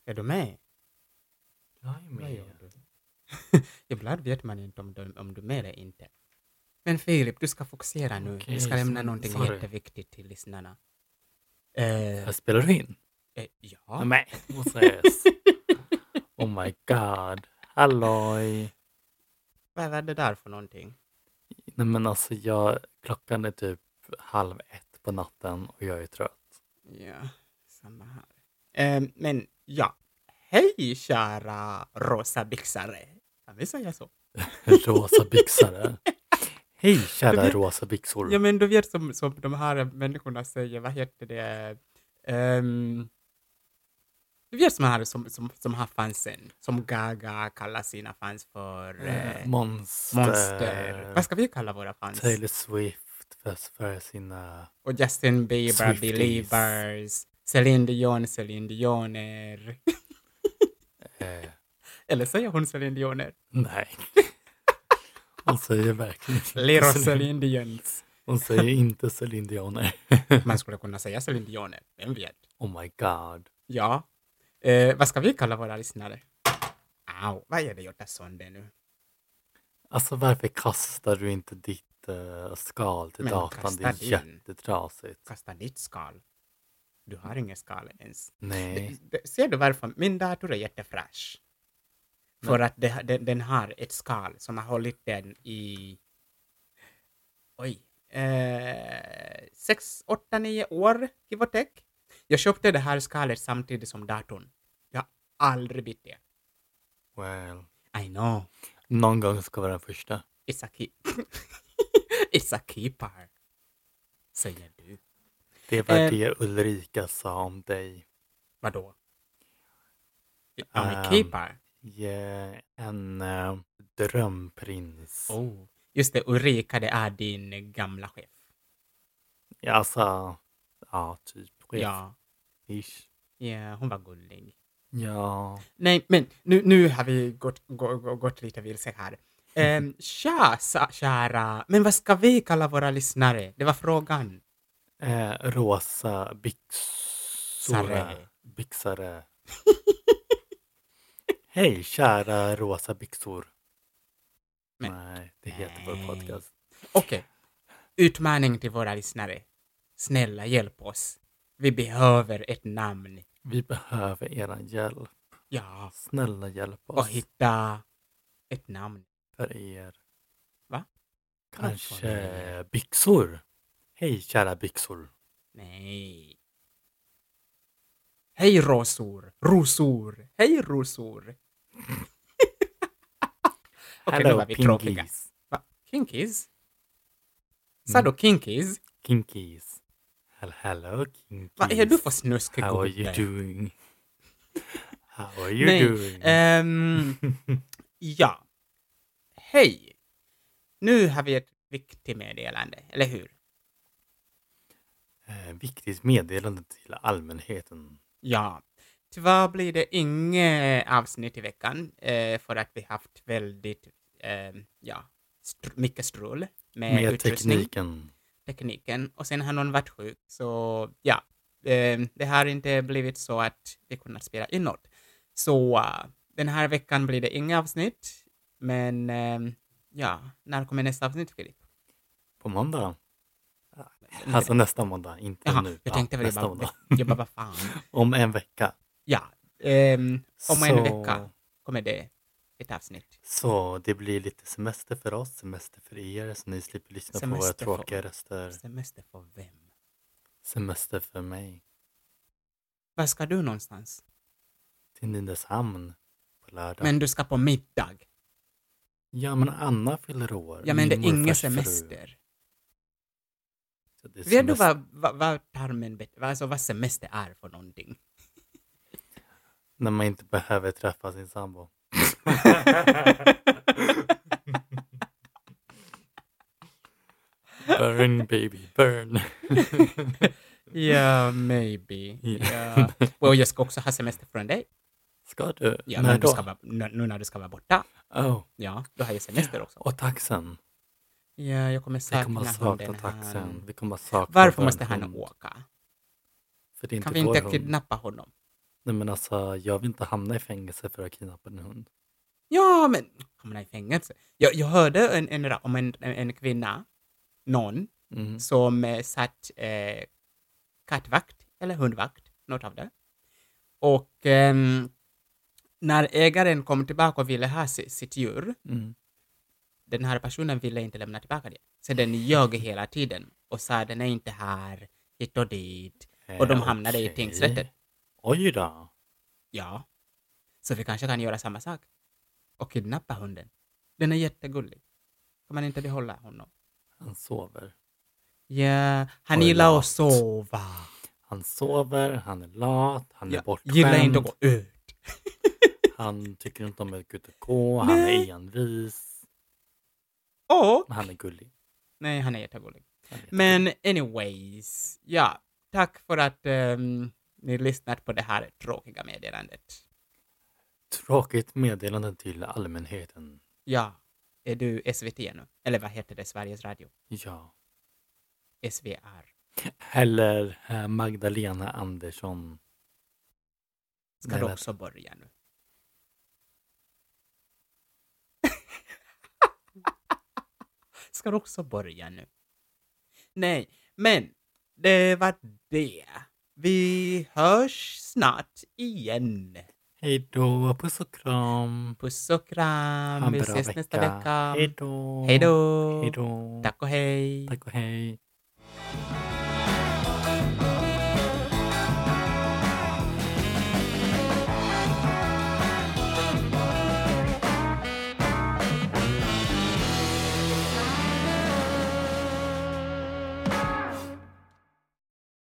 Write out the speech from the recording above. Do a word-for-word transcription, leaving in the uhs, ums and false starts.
Är du med? Jag är Vad med. gör du? Ibland vet man inte om du, om du är med eller inte. Men Filip, du ska fokusera nu. Okej, vi ska lämna men någonting sorry. jätteviktigt till lyssnarna. Eh, Jag spelar du in? eh, ja. Nej, Moses. Oh my god. Halloj. Vad är det där för någonting? Nej men alltså jag, klockan är typ halv ett på natten och jag är trött. Ja, samma här. Eh, men ja, hej kära rosa byxare. Kan vi säga så? Rosa byxare. Hej Du kära vet- rosa byxor. Ja, men du vet som, som de här människorna säger, vad heter det? Ehm, du vet som här som, som, som har fansen, som Gaga kallar sina fans för Eh, eh, monster. monster. Vad ska vi kalla våra fans? Taylor Swift för, för sina... Och Justin Bieber, Swifties. Believers, Celine Dion, Celine Dioner. Eh, Eller säger hon Celine Dioner? nej. Hon säger verkligen inte Little Celine- Celine Dions. Hon säger inte Celine Dioner. Man skulle kunna säga Celine Dioner, vem vet? Oh my god. Ja. Eh, vad ska vi kalla våra lyssnare? Au, vad är det gjort sonde nu? Alltså varför kastar du inte ditt uh, skal till Men datan? Det är kasta din. jättetrasigt. Kasta ditt skal. Du har inget skal ens. Nej. Det- Ser du varför? Min dator är jättefräsch. För att det, den, den har ett skal som har hållit den i... Oj. Eh, sex, åtta, nio år, give or take. Jag köpte det här skalet samtidigt som datorn. Jag har aldrig bytt det. Well. I know. Någon gång ska vara den första. It's a keep. It's a keeper. Säger du. Det var Eh. det Ulrika sa om dig. Vadå? I'm a Um, keeper. Yeah, en uh, drömprins. Oh. Just det, Ulrika, det är din gamla chef. Ja, alltså, ja, typ. Chef. Ja. Ish. Ja, hon var gullig. Ja. Nej, men nu, nu har vi gått, gå, gå, gått lite vilse här. Um, tja, sa- kära. Men vad ska vi kalla våra lyssnare? Det var frågan. Eh, rosa byxor. Sare. Byxare. Hej kära rosa byxor. Men- Nej, det heter vår Nej. podcast. Okej. Utmaning till våra lyssnare. Snälla, hjälp oss. Vi behöver ett namn. Vi behöver er hjälp. Ja, Snälla hjälp och oss. hitta ett namn. För er. Va? Kanske byxor. Hej kära byxor. Nej. Hej rosor. Rosor. Hej rosor. Okej, nu Hello var vi tråkiga. pinkies. Va? Kinkies? Sa du kinkies? Kinkies. Hel- Hello kinkies. Vad är du för snuskig How are you gubbe? doing? How are you Nej, doing? ehm, ja. Hej. Nu har vi ett viktigt meddelande, eller hur? Eh, viktigt meddelande till allmänheten. Ja. Tyvärr blir det inget avsnitt i veckan eh, för att vi haft väldigt, eh, ja, str- mycket strul med, Med utrustning. tekniken. tekniken. Och sen har någon varit sjuk, så ja. Eh, det har inte blivit så att vi kunnat spela in något. Så uh, den här veckan blir det inga avsnitt. Men eh, ja, när kommer nästa avsnitt, Filip? På måndag. Alltså nästa måndag, inte Jaha, nu. jag tänkte väl nästa bara, måndag. jag bara, vad fan. Om en vecka. Ja, ehm, om en Så- vecka kommer det ett avsnitt. Så det blir lite semester för oss, semester för er, så ni slipper lyssna på våra Semester för- tråkiga röster. Semester för vem? Semester för mig. Var ska du någonstans? Till Nynäshamn på lördag. Men du ska på middag. Ja, men Anna fyller år. Ja, men det min är ingen morfars fru. semester. Så det är Vet du semester- vad, vad, vad termen, bet- vad- alltså vad semester är för någonting? När man inte behöver träffa sin sambo. Burn baby, burn. Ja, maybe. Ja. Ja. Och jag ska också ha semester från dig. Ska du? Ja, När men du då? ska vara, nu nu när du ska vara borta. Oh. Ja, då har jag semester också. Och taxen. Ja, jag kommer Vi sakna kommer att hunden sakna här. taxen. Vi kommer att sakna Varför vår måste han hund. åka? För det är inte Kan vi vår inte hund. kidnappa honom? Nej men alltså, jag vill inte hamna i fängelse för att kidnappa en hund. Ja, men hamna i fängelse. Jag, jag hörde en, en, ra- om en, en kvinna, någon, Mm. som eh, satt eh, kattvakt eller hundvakt, något av det. Och ehm, när ägaren kom tillbaka och ville ha si, sitt djur, Mm. den här personen ville inte lämna tillbaka det. Så den ljög hela tiden och sa den är inte här, hit och dit. Och de Eh, hamnade i okej. tingsrätten. Oj då. Ja. Så vi kanske kan göra samma sak. Och kidnappa hunden. Den är jättegullig. Kan man inte behålla honom? Han sover. Ja, han Och är gillar att lat. sova. Han sover, han är lat, han är Ja, bortskämd. gillar inte att gå ut. Han tycker inte om att gå ut och gå, han Nej. är envis. Och, Men han är gullig. nej, han är jättegullig. Han är jättegullig. Men anyways, ja, tack för att ehm, ni lyssnat på det här tråkiga meddelandet. Tråkigt meddelande till allmänheten. Ja, är du S V T nu? Eller vad heter det? Sveriges Radio? Ja. S V R. Eller eh, Magdalena Andersson. Ska Nej, du vänta. också börja nu? Ska du också börja nu? Nej, men det var det. Vi hörs snart igen. Hej då, puss och kram. Puss och Ha kram. en Vi bra ses vecka. nästa vecka. Hej då. Hej då. Hej då. Tack och hej. Tack och hej.